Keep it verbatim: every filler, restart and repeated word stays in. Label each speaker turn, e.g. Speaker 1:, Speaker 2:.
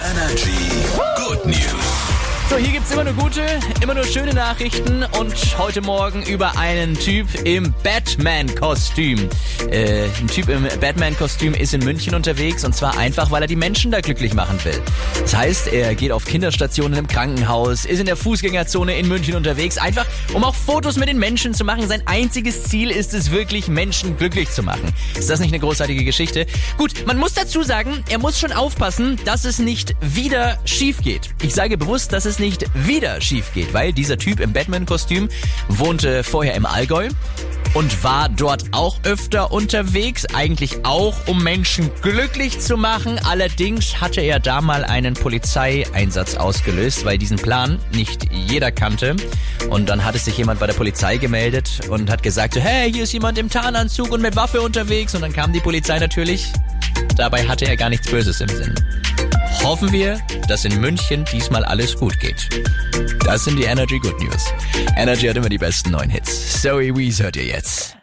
Speaker 1: Energy Good News.
Speaker 2: So, hier gibt's immer nur gute, immer nur schöne Nachrichten und heute Morgen über einen Typ im Batman-Kostüm. Äh, ein Typ im Batman-Kostüm ist in München unterwegs und zwar einfach, weil er die Menschen da glücklich machen will. Das heißt, er geht auf Kinderstationen im Krankenhaus, ist in der Fußgängerzone in München unterwegs, einfach um auch Fotos mit den Menschen zu machen. Sein einziges Ziel ist es wirklich, Menschen glücklich zu machen. Ist das nicht eine großartige Geschichte? Gut, man muss dazu sagen, er muss schon aufpassen, dass es nicht wieder schief geht. Ich sage bewusst, dass es nicht wieder schief geht, weil dieser Typ im Batman-Kostüm wohnte vorher im Allgäu und war dort auch öfter unterwegs, eigentlich auch, um Menschen glücklich zu machen. Allerdings hatte er da mal einen Polizeieinsatz ausgelöst, weil diesen Plan nicht jeder kannte. Und dann hatte sich jemand bei der Polizei gemeldet und hat gesagt, so, hey, hier ist jemand im Tarnanzug und mit Waffe unterwegs. Und dann kam die Polizei natürlich. Dabei hatte er gar nichts Böses im Sinn. Hoffen wir, dass in München diesmal alles gut geht. Das sind die Energy Good News. Energy hat immer die besten neuen Hits. Zoe Wees hört ihr jetzt.